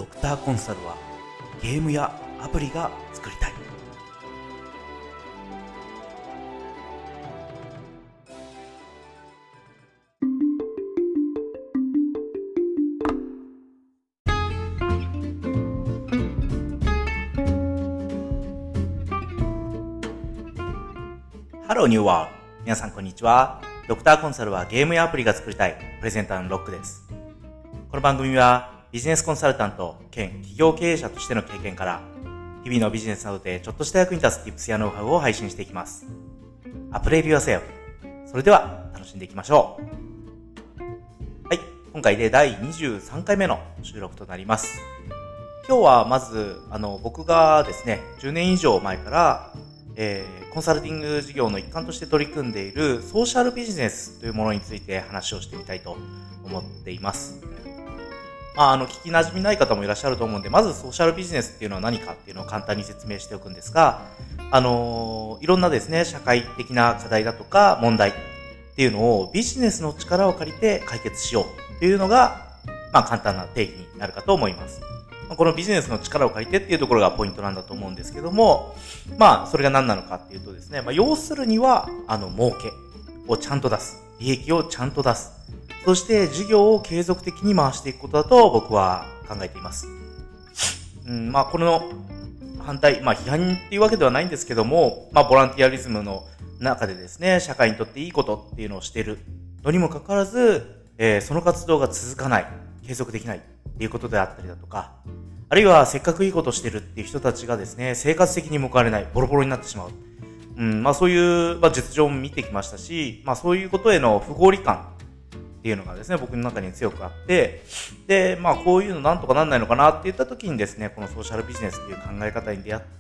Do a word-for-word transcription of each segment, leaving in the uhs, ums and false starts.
ドクターコンサルはゲームやアプリが作りたい。ハローニューワールド。皆さんこんにちは。ドクターコンサルはゲームやアプリが作りたい。プレゼンターのロックです。この番組はビジネスコンサルタント兼企業経営者としての経験から日々のビジネスなどでちょっとした役に立つ Tips やノウハウを配信していきます。アプレイビュアセルフ。それでは楽しんでいきましょう。はい、今回でだいにじゅうさんかいめの収録となります。今日はまずあの僕がですねじゅうねん以上前からえー、コンサルティング事業の一環として取り組んでいるソーシャルビジネスというものについて話をしてみたいと思っています。まあ、あの聞き馴染みない方もいらっしゃると思うんで、まずソーシャルビジネスっていうのは何かっていうのを簡単に説明しておくんですが、あのー、いろんなですね社会的な課題だとか問題っていうのをビジネスの力を借りて解決しようというのが、まあ、簡単な定義になるかと思います。このビジネスの力を借りてっていうところがポイントなんだと思うんですけども、まあ、それが何なのかっていうとですね、まあ、要するには、あの、儲けをちゃんと出す。利益をちゃんと出す。そして、事業を継続的に回していくことだと僕は考えています。うん、まあ、この反対、まあ、批判っていうわけではないんですけども、まあ、ボランティアリズムの中でですね、社会にとっていいことっていうのをしているのにもかかわらず、えー、その活動が続かない、継続できないっていうことであったりだとか、あるいはせっかくいいことしてるっていう人たちがですね、生活的に報われない、ボロボロになってしまう。うん、まあそういう、まあ、実情も見てきましたし、まあそういうことへの不合理感っていうのがですね、僕の中に強くあって、で、まあこういうのなんとかなんないのかなって言った時にですね、このソーシャルビジネスっていう考え方に出会って、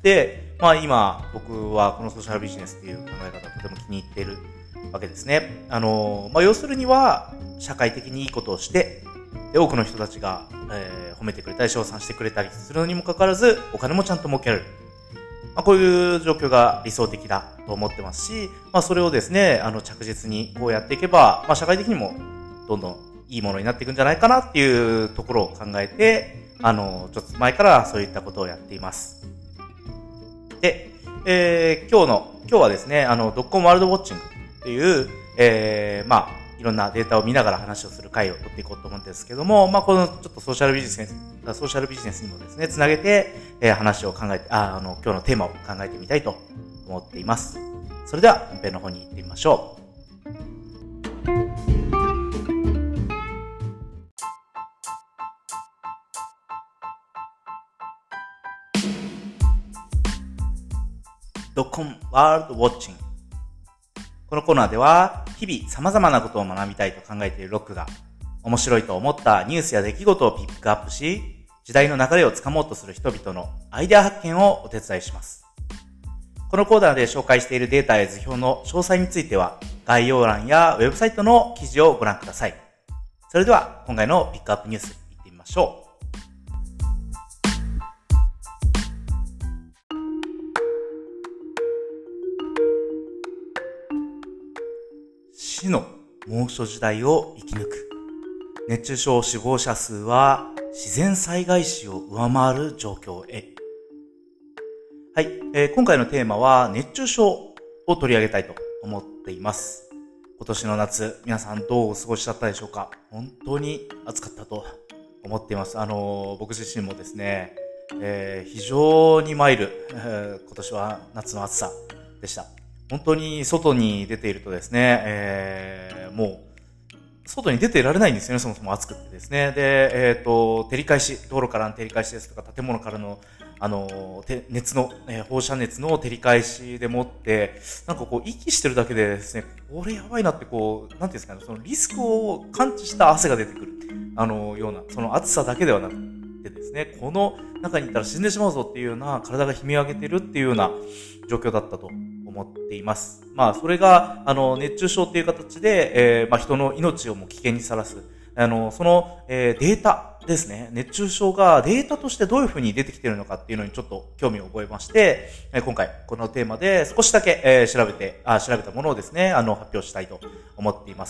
まあ今僕はこのソーシャルビジネスっていう考え方をとても気に入っているわけですね。あの、まあ要するには社会的にいいことをして、で多くの人たちが、えー、褒めてくれたり称賛してくれたりするのにもかかわらずお金もちゃんと儲けられる、まあ、こういう状況が理想的だと思ってますし、まあ、それをですねあの着実にこうやっていけば、まあ、社会的にもどんどんいいものになっていくんじゃないかなっていうところを考えてあのちょっと前からそういったことをやっています。で、えー、今日の今日はですねあのドッコンワールドウォッチングっていう、えー、まあいろんなデータを見ながら話をする回を取っていこうと思うんですけども、まあ、このちょっとソーシャルビジネス、ソーシャルビジネスにもですね、つなげて、えー、話を考えて、あ、あの、今日のテーマを考えてみたいと思っています。それでは、本編の方に行ってみましょう。ドコンワールドウォッチング。このコーナーでは日々様々なことを学びたいと考えているロックが面白いと思ったニュースや出来事をピックアップし、時代の流れをつかもうとする人々のアイデア発見をお手伝いします。このコーナーで紹介しているデータや図表の詳細については概要欄やウェブサイトの記事をご覧ください。それでは今回のピックアップニュースいってみましょう。死の猛暑時代を生き抜く。熱中症死亡者数は自然災害死を上回る状況へ。はい、えー、今回のテーマは熱中症を取り上げたいと思っています。今年の夏、皆さんどうお過ごしだったでしょうか。本当に暑かったと思っています。あのー、僕自身もですね、えー、非常にマイル、えー、今年は夏の暑さでした。本当に外に出ているとですね、えー、もう外に出ていられないんですよね、そもそも暑くてですね。で、えっと、照り返し、道路からの照り返しですとか、建物からの、あの、熱の、えー、放射熱の照り返しでもって、なんかこう、息してるだけでですね、これやばいなってこう、なんていうんですかね、そのリスクを感知した汗が出てくる、あの、ような、その暑さだけではなくてですね、この中にいたら死んでしまうぞっていうような、体が悲鳴を上げてるっていうような状況だったと思っています。まあ、それが、あの、熱中症っていう形で、えー、まあ、人の命をも危険にさらす。あの、その、えー、データですね。熱中症がデータとしてどういうふうに出てきているのかっていうのにちょっと興味を覚えまして、えー、今回、このテーマで少しだけ、えー、調べて、あ、調べたものをですね、あの、発表したいと思っています。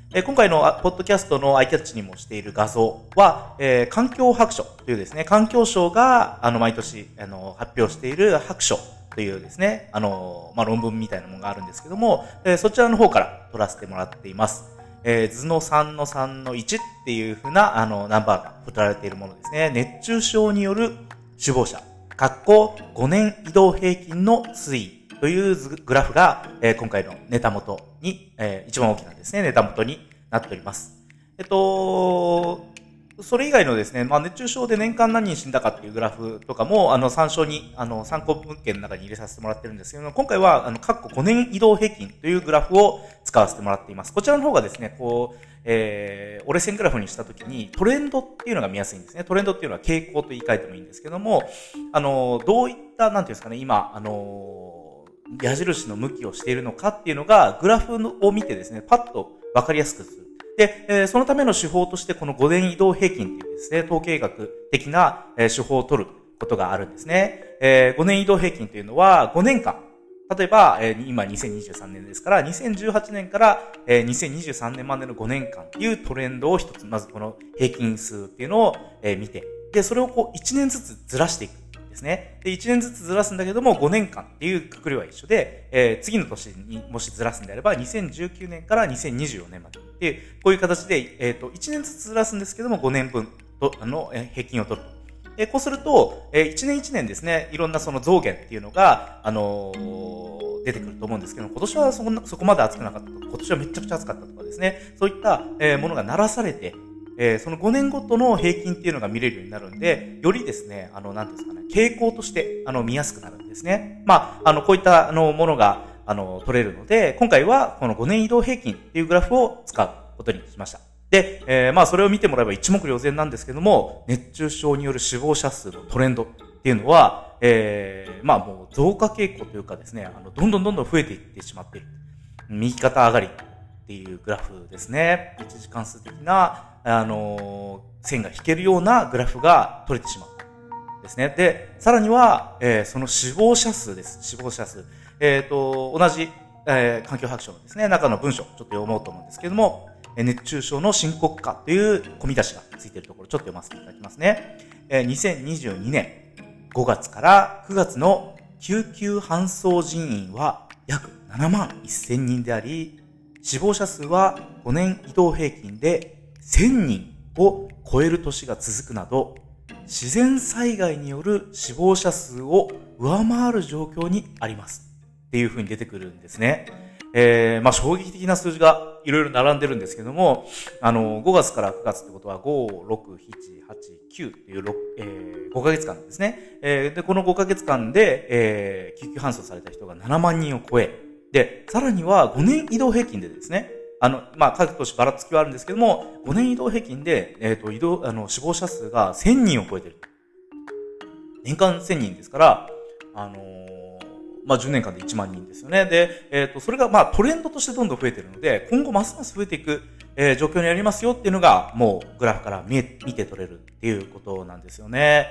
えー、今回のポッドキャストのアイキャッチにもしている画像は、えー、環境白書というですね、環境省が、あの、毎年、あの、発表している白書というですね、あの、まあ、論文みたいなものがあるんですけども、えー、そちらの方から取らせてもらっています。えー、図のさんのさんのいちっていうふうな、あの、ナンバーが振られているものですね。熱中症による死亡者、括弧ごねん移動平均の推移というグラフが、えー、今回のネタ元に、えー、一番大きなですね、ネタ元になっております。えっと、それ以外のですね、まあ、熱中症で年間何人死んだかっていうグラフとかも、あの、参照に、あの、参考文献の中に入れさせてもらってるんですけども、今回は、あの、括弧ごねん移動平均というグラフを使わせてもらっています。こちらの方がですね、こう、えー、折れ線グラフにしたときにトレンドっていうのが見やすいんですね。トレンドっていうのは傾向と言い換えてもいいんですけども、あの、どういった、なんていうんですかね、今、あの、矢印の向きをしているのかっていうのが、グラフを見てですね、パッとわかりやすくする。で、えー、そのための手法としてこのごねん移動平均っていうですね、統計学的な、えー、手法を取ることがあるんですね。えー、ごねん移動平均というのはごねんかん。例えば、えー、今にせんにじゅうさんねんですから、にせんじゅうはちねんから、えー、にせんにじゅうさんねんまでのごねんかんっていうトレンドを一つ、まずこの平均数っていうのを、えー、見て、で、それをこういちねんずつずらしていく。ですね。で、いちねんずつずらすんだけども、ごねんかんっていうくくりは一緒で、えー、次の年にもしずらすんであれば、にせんじゅうきゅうねんからにせんにじゅうよねんまで。で、こういう形で、えっと、いちねんずつずらすんですけども、ごねんぶんと、あの、えー、平均を取ると。で、こうすると、えー、いちねんいちねんですね、いろんなその増減っていうのが、あのー、出てくると思うんですけども、今年はそこそこまで暑くなかったとか、今年はめちゃくちゃ暑かったとかですね、そういった、えー、ものが鳴らされて、えー、そのごねんごとの平均っていうのが見れるようになるんで、よりですね、あの、なんですかね、傾向として、あの、見やすくなるんですね。まあ、あの、こういった、あの、ものが、あの、取れるので、今回は、このごねん移動平均っていうグラフを使うことにしました。で、えー、まあ、それを見てもらえば一目瞭然なんですけども、熱中症による死亡者数のトレンドっていうのは、えー、まあ、もう増加傾向というかですね、あの、どんどんどんどん増えていってしまっている。右肩上がりっていうグラフですね。一時関数的な、あのー、線が引けるようなグラフが取れてしまう。ですね。で、さらには、えー、その死亡者数です。死亡者数。えっと、同じ、えー、環境白書のですね、中の文章、ちょっと読もうと思うんですけども、熱中症の深刻化という込み出しがついているところ、ちょっと読ませていただきますね。えー、にせんにじゅうにねんごがつからくがつの救急搬送人員は約ななまんせんにんであり、死亡者数はごねん移動平均でせんにんを超える年が続くなど、自然災害による死亡者数を上回る状況にありますっていう風に出てくるんですね。えー、まあ衝撃的な数字がいろいろ並んでるんですけども、あのごがつからくがつってことはご、ろく、しち、はち、きゅうっていう、えー、ごかげつかんですね。えー、でこのごかげつかんで、えー、救急搬送された人がななまんにんを超え、でさらにはごねん移動平均でですね。あの、まあ、各都市ばらつきはあるんですけども、ごねん移動平均で、えっと、移動、あの、死亡者数がせんにんを超えてる。年間せんにんですから、あのー、まあ、じゅうねんかんでいちまんにんですよね。で、えっと、それが、まあ、トレンドとしてどんどん増えてるので、今後ますます増えていく、えー、状況にありますよっていうのが、もう、グラフから見え、見て取れるっていうことなんですよね。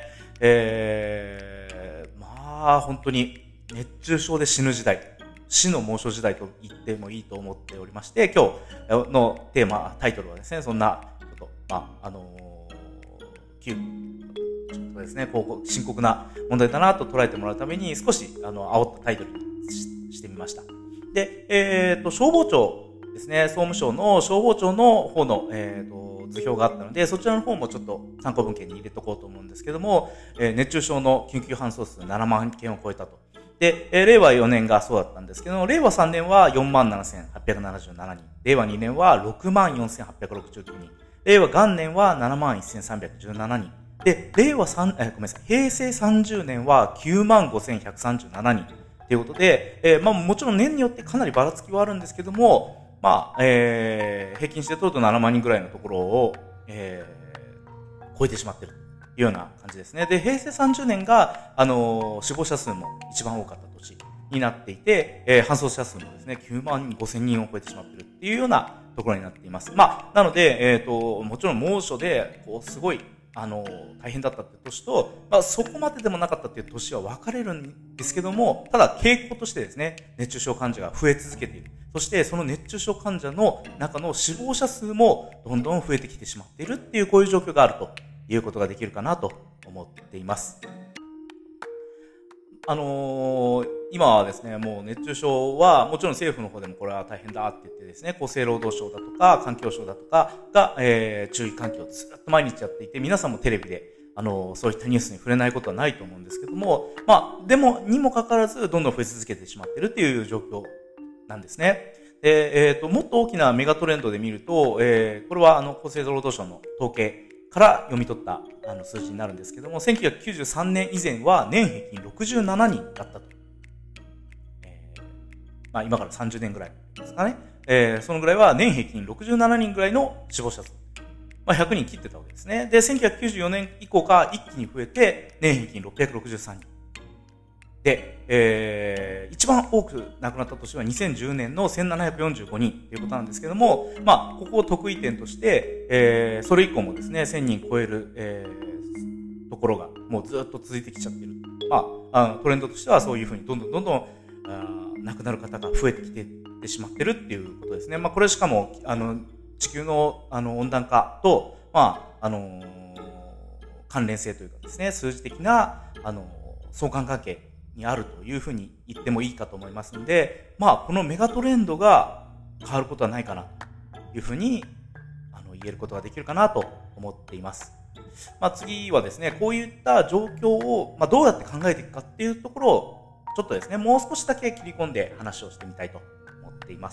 えー、まあ、本当に、熱中症で死ぬ時代。死の猛暑時代と言ってもいいと思っておりまして、今日のテーマ、タイトルはですね、そんなこと、まあ、あのー、急、ちょっとですね、こう、深刻な問題だなと捉えてもらうために、少し、あの、煽ったタイトルに し, してみました。で、えっと、消防庁ですね、総務省の消防庁の方の、えっと、図表があったので、そちらの方もちょっと参考文献に入れとこうと思うんですけども、えー、熱中症の救急搬送数ななまんけんを超えたと。で、えー、れいわよねんがそうだったんですけど、れいわさんねんは よんまんななせんはっぴゃくななじゅうななにん、れいわにねんは ろくまんよんせんはっぴゃくろくじゅうきゅうにん、れいわ元年は ななまんせんさんびゃくじゅうななにん、で、れいわさん、えー、ごめんなさい、平成さんじゅうねんは きゅうまんごせんひゃくさんじゅうななにんということで、えー、まあもちろん年によってかなりばらつきはあるんですけども、まあ、えー、平均して取るとななまんにんぐらいのところを、えー、超えてしまっているというような感じですね。で、平成さんじゅうねんが、あのー、死亡者数も一番多かった年になっていて、えー、搬送者数もですね、きゅうまんごせんにんを超えてしまっているっていうようなところになっています。まあ、なので、えっと、もちろん猛暑で、こう、すごい、あの、大変だったっていう年と、まあ、そこまででもなかったっていう年は分かれるんですけども、ただ傾向としてですね、熱中症患者が増え続けている。そそしてその熱中症患者の中の死亡者数もどんどん増えてきてしまっているっていう、こういう状況があるということができるかなと思っています。あのー、今はですね、もう熱中症はもちろん政府の方でもこれは大変だって言ってですね、厚生労働省だとか環境省だとかが、えー、注意喚起をずっと毎日やっていて、皆さんもテレビであのー、そういったニュースに触れないことはないと思うんですけども、まあでもにもかかわらずどんどん増え続けてしまっているっていう状況なんですね。で、えっと、もっと大きなメガトレンドで見ると、えー、これはあの厚生労働省の統計から読み取ったあの数字になるんですけども、せんきゅうひゃくきゅうじゅうさんねん以前は年平均ろくじゅうななにんだったと。えー、まあ今からさんじゅうねんぐらいですかね。えー、そのぐらいは年平均ろくじゅうななにんぐらいの死亡者数。まあひゃくにん切ってたわけですね。で、せんきゅうひゃくきゅうじゅうよねん以降から一気に増えて、年平均ろっぴゃくろくじゅうさんにん。で、えー、一番多く亡くなった年はにせんじゅうねんのせんななひゃくよんじゅうごにんということなんですけども、まあ、ここを得意点として、えー、それ以降もですね、せんにん超える、えー、ところがもうずっと続いてきちゃってる。まあ、あのトレンドとしてはそういうふうにどんどんどんどん、あ亡くなる方が増えてきてってしまってるっていうことですね。まあ、これしかも、あの、地球の、あの、温暖化と、まあ、あのー、関連性というかですね、数字的な、あのー、相関関係にあるというふうに言ってもいいかと思いますので、まあこのメガトレンドが変わることはないかなというふうにあの言えることができるかなと思っています。まあ次はですね、こういった状況をまあどうやって考えていくかっていうところをちょっとですね、もう少しだけ切り込んで話をしてみたいと思っています。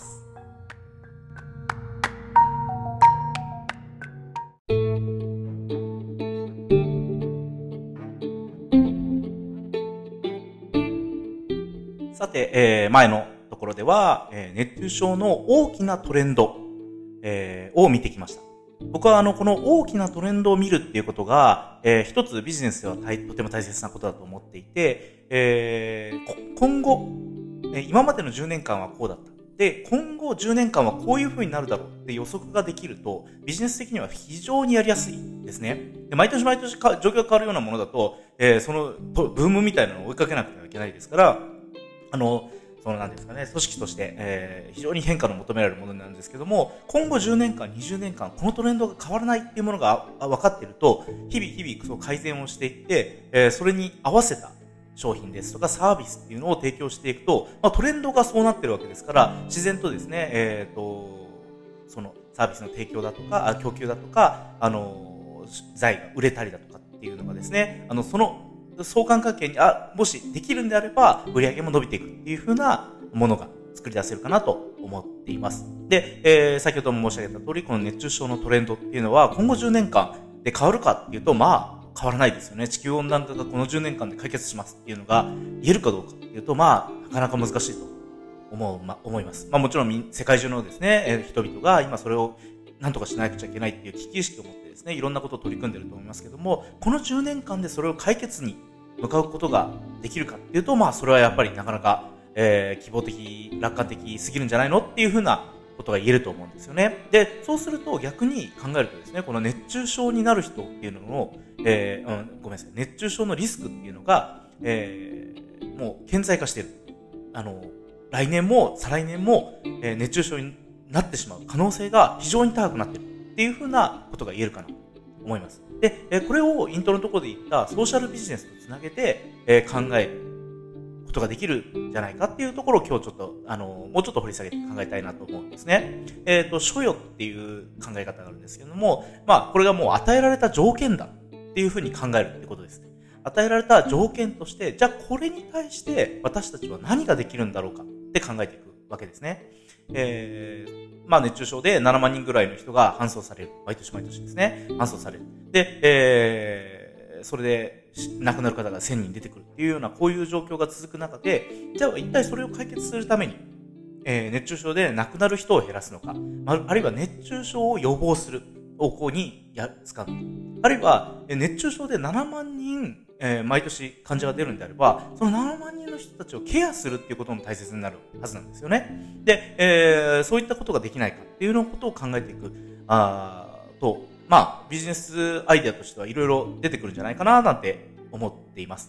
さて、えー、前のところでは、えー、熱中症の大きなトレンド、えー、を見てきました。僕はあの、この大きなトレンドを見るっていうことが、えー、一つビジネスではとても大切なことだと思っていて、えー、今後、えー、今までのじゅうねんかんはこうだった。で、今後じゅうねんかんはこういう風になるだろうって予測ができると、ビジネス的には非常にやりやすいですね。で、毎年毎年か状況が変わるようなものだと、えー、そのブームみたいなのを追いかけなくてはいけないですから、あの、そのなんですかね、組織として、えー、非常に変化の求められるものなんですけども、今後じゅうねんかん、にじゅうねんかん、このトレンドが変わらないっていうものが分かっていると、日々日々そう改善をしていって、えー、それに合わせた商品ですとかサービスっていうのを提供していくと、まあ、トレンドがそうなってるわけですから、自然とですね、えーと、そのサービスの提供だとか、供給だとか、あの、財が売れたりだとかっていうのがですね、あの、その相関関係にあもしできるんであれば売り上げも伸びていくっていう風なものが作り出せるかなと思っています。で、えー、先ほども申し上げた通り、この熱中症のトレンドっていうのは今後じゅうねんかんで変わるかっていうと、まあ変わらないですよね。地球温暖化がこのじゅうねんかんで解決しますっていうのが言えるかどうかっていうと、まあなかなか難しいと思う、ま、思います。まあもちろん世界中のですね、えー、人々が今それを何とかしなくちゃいけないっていう危機意識を持ってですね、いろんなことを取り組んでいると思いますけども、このじゅうねんかんでそれを解決に向かうことができるかっていうと、まあそれはやっぱりなかなか、えー、希望的、楽観的すぎるんじゃないのっていうふうなことが言えると思うんですよね。で、そうすると逆に考えるとですね、この熱中症になる人っていうのを、えー、うん、ごめんなさい、熱中症のリスクっていうのが、えー、もう顕在化している。あの、来年も再来年も、えー、熱中症になってしまう可能性が非常に高くなっているっていうふうなことが言えるかなと思います。で、これをイントロのところで言ったソーシャルビジネスとつなげて、えー、考えることができるんじゃないかっていうところを今日ちょっと、あの、もうちょっと掘り下げて考えたいなと思うんですね。えっと、所与っていう考え方があるんですけども、まあ、これがもう与えられた条件だっていうふうに考えるってことですね。与えられた条件として、じゃあこれに対して私たちは何ができるんだろうかって考えていくわけですね。えー、まあ熱中症でななまんにんぐらいの人が搬送される。毎年毎年ですね。搬送される。で、えー、それで亡くなる方がせんにん出てくるっていうようなこういう状況が続く中で、じゃあ一体それを解決するために、えー、熱中症で亡くなる人を減らすのか、あるいは熱中症を予防する方向にや使うのか、あるいは熱中症でななまんにんえー、毎年患者が出るんであれば、そのななまんにんの人たちをケアするっていうことも大切になるはずなんですよね。で、えー、そういったことができないかっていうのことを考えていく、あと、まあ、ビジネスアイデアとしてはいろいろ出てくるんじゃないかななんて思っています。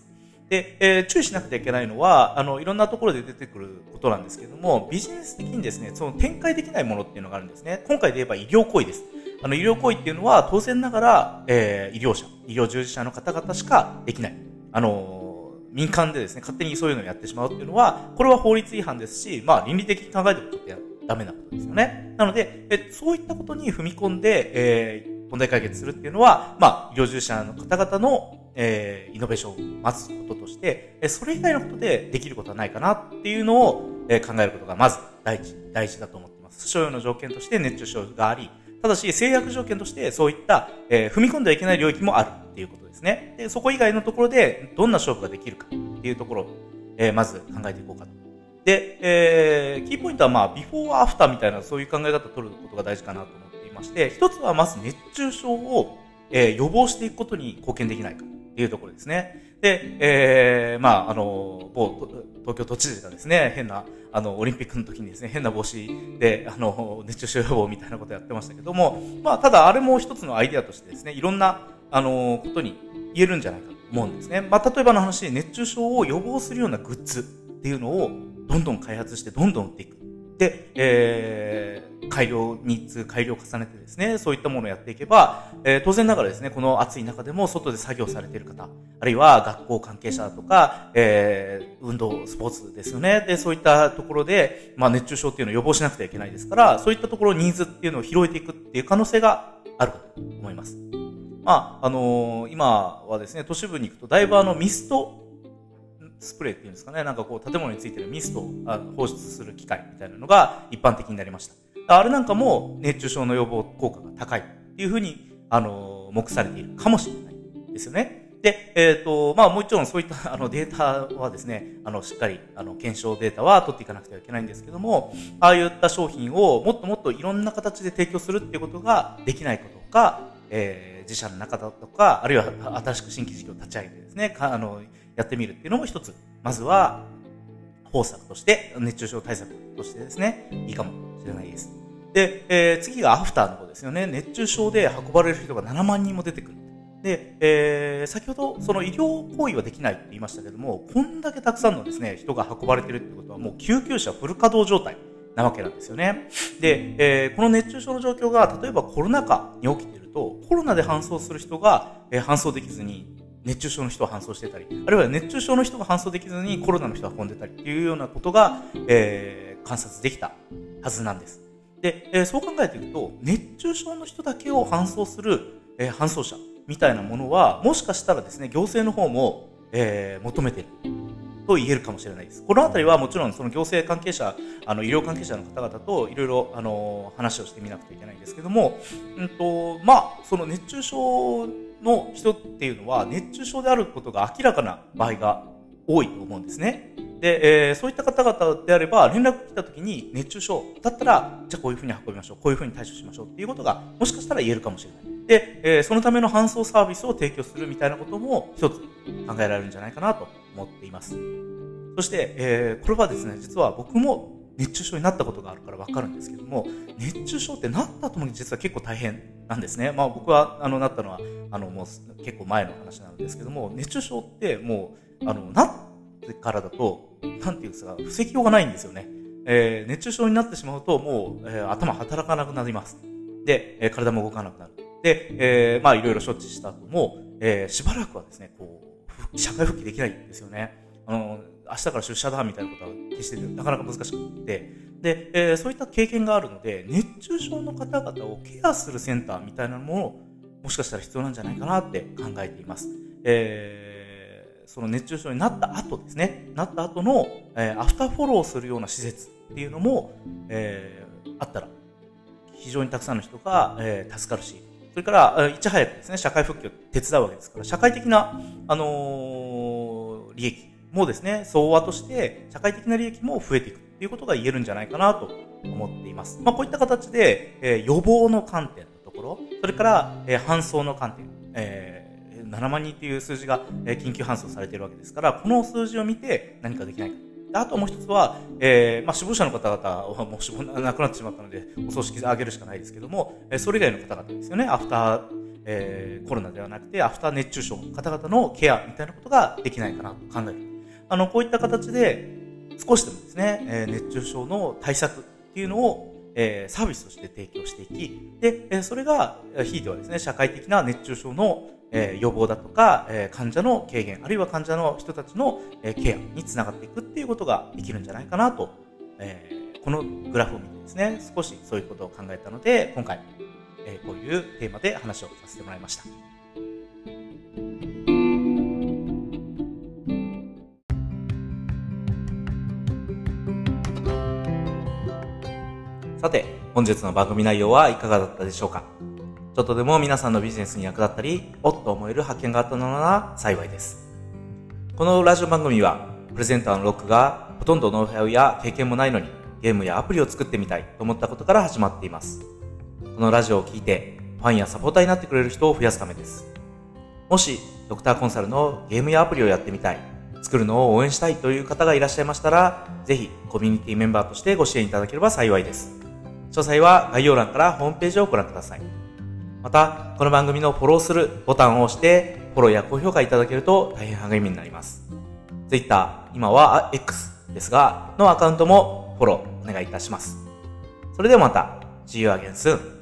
で、えー、注意しなくてはいけないのは、あの、いろんなところで出てくることなんですけれども、ビジネス的にですね、その展開できないものっていうのがあるんですね。今回で言えば医療行為です。あの、医療行為っていうのは、当然ながら、えー、医療者、医療従事者の方々しかできない。あのー、民間でですね、勝手にそういうのをやってしまうっていうのは、これは法律違反ですし、まあ、倫理的に考えてもちょっとやダメなことですよね。なので、えそういったことに踏み込んで、えー、問題解決するっていうのは、まあ、医療従事者の方々のえー、イノベーションを待つこととして、それ以外のことでできることはないかなっていうのを、えー、考えることがまず第一、大事だと思っています。所要の条件として熱中症があり、ただし制約条件としてそういった、えー、踏み込んではいけない領域もあるっていうことですね。で、そこ以外のところでどんな勝負ができるかっていうところを、えー、まず考えていこうかと。で、えー、キーポイントはまあ、ビフォーアフターみたいなそういう考え方を取ることが大事かなと思っていまして、一つはまず熱中症を、えー、予防していくことに貢献できないか。っていうところですね。で、えー、まあ、あの、某東京都知事がですね、変な、あの、オリンピックの時にですね、変な帽子で、あの、熱中症予防みたいなことやってましたけども、まあ、ただあれも一つのアイデアとしてですね、いろんな、あの、ことに言えるんじゃないかと思うんですね。まあ、例えばの話、熱中症を予防するようなグッズっていうのを、どんどん開発して、どんどん売っていく。で、えー、改良につ改良を重ねてですね、そういったものをやっていけば、えー、当然ながらですね、この暑い中でも外で作業されている方、あるいは学校関係者とか、えー、運動、スポーツですよね。で、そういったところで、まあ熱中症っていうのを予防しなくてはいけないですから、そういったところニーズっていうのを拾えていくっていう可能性があるかと思います。まあ、あのー、今はですね、都市部に行くとだいぶあのミスト、スプレーっていうんですかね、なんかこう建物についてるミストを放出する機械みたいなのが一般的になりました。あれなんかも熱中症の予防効果が高いっていうふうに、あの、目されているかもしれないですよね。で、えっと、まあもちろんそういったあのデータはですね、あの、しっかり、あの、検証データは取っていかなくてはいけないんですけども、ああいった商品をもっともっといろんな形で提供するっていうことができないことか、えー、自社の中だとか、あるいは新しく新規事業を立ち上げてですね、かあの、やってみるっていうのも一つ、まずは、方策として、熱中症対策としてですね、いいかもしれないです。で、えー、次がアフターの方ですよね。熱中症で運ばれる人がななまんにんも出てくる。で、えー、先ほど、その医療行為はできないって言いましたけども、こんだけたくさんのですね、人が運ばれてるってことは、もう救急車フル稼働状態なわけなんですよね。で、えー、この熱中症の状況が、例えばコロナ禍に起きていると、コロナで搬送する人が、えー、搬送できずに、熱中症の人を搬送してたり、あるいは熱中症の人が搬送できずにコロナの人を運んでたりっていうようなことが、えー、観察できたはずなんです。で、えー、そう考えていくと、熱中症の人だけを搬送する、えー、搬送車みたいなものは、もしかしたらですね、行政の方も、えー、求めていると言えるかもしれないです。このあたりはもちろんその行政関係者、あの医療関係者の方々といろいろあの話をしてみなくてはいけないんですけども、うんとまあその熱中症の人っていうのは熱中症であることが明らかな場合が多いと思うんですね。で、えー、そういった方々であれば連絡来た時に熱中症だったらじゃあこういうふうに運びましょう、こういうふうに対処しましょうっていうことがもしかしたら言えるかもしれない。で、えー、そのための搬送サービスを提供するみたいなことも一つ考えられるんじゃないかなと思っています。そして、えー、これはですね、実は僕も熱中症になったことがあるから分かるんですけども、熱中症ってなった後も実は結構大変なんですね。まあ僕はあのなったのはあのもう結構前の話なんですけども、熱中症ってもうあのなってからだとなんていうんですか、防ぎようがないんですよね。えー、熱中症になってしまうともう、えー、頭働かなくなります。で、えー、体も動かなくなる。で、えー、まあいろいろ処置した後も、えー、しばらくはですね、こう社会復帰できないんですよね。あの明日から出社だみたいなことは決してなかなか難しくて、で、えー、そういった経験があるので、熱中症の方々をケアするセンターみたいなのももしかしたら必要なんじゃないかなって考えています。えー、その熱中症になった後ですね、なった後の、えー、アフターフォローするような施設っていうのも、えー、あったら非常にたくさんの人が、えー、助かるし、それからいち早くですね、社会復帰を手伝うわけですから、社会的な、あのー、利益もですね、相和として社会的な利益も増えていくということが言えるんじゃないかなと思っています。まあ、こういった形で、えー、予防の観点のところ、それから、えー、搬送の観点、えー、ななまんにんという数字が、えー、緊急搬送されているわけですから、この数字を見て何かできないか。あともう一つは、えーまあ、死亡者の方々はもう死亡なくなってしまったのでお葬式あげるしかないですけども、えー、それ以外の方々ですよね。アフター、 えー、コロナではなくてアフター熱中症の方々のケアみたいなことができないかなと考える。あの、こういった形で少しでもですね、えー、熱中症の対策っていうのを、えー、サービスとして提供していき、で、えー、それがひいてはですね、社会的な熱中症のえー、予防だとか、えー、患者の軽減、あるいは患者の人たちの、えー、ケアにつながっていくっていうことができるんじゃないかなと、えー、このグラフを見てですね、少しそういうことを考えたので、今回、えー、こういうテーマで話をさせてもらいました。さて、本日の番組内容はいかがだったでしょうか。ちょっとでも皆さんのビジネスに役立ったり、おっと思える発見があったのなら幸いです。このラジオ番組は、プレゼンターのロックがほとんどノウハウや経験もないのに、ゲームやアプリを作ってみたいと思ったことから始まっています。このラジオを聞いて、ファンやサポーターになってくれる人を増やすためです。もし、ドクターコンサルのゲームやアプリをやってみたい、作るのを応援したいという方がいらっしゃいましたら、ぜひコミュニティメンバーとしてご支援いただければ幸いです。詳細は概要欄からホームページをご覧ください。また、この番組のフォローするボタンを押して、フォローや高評価いただけると大変励みになります。Twitter、今は X ですが、のアカウントもフォローお願いいたします。それではまた、See you again soon!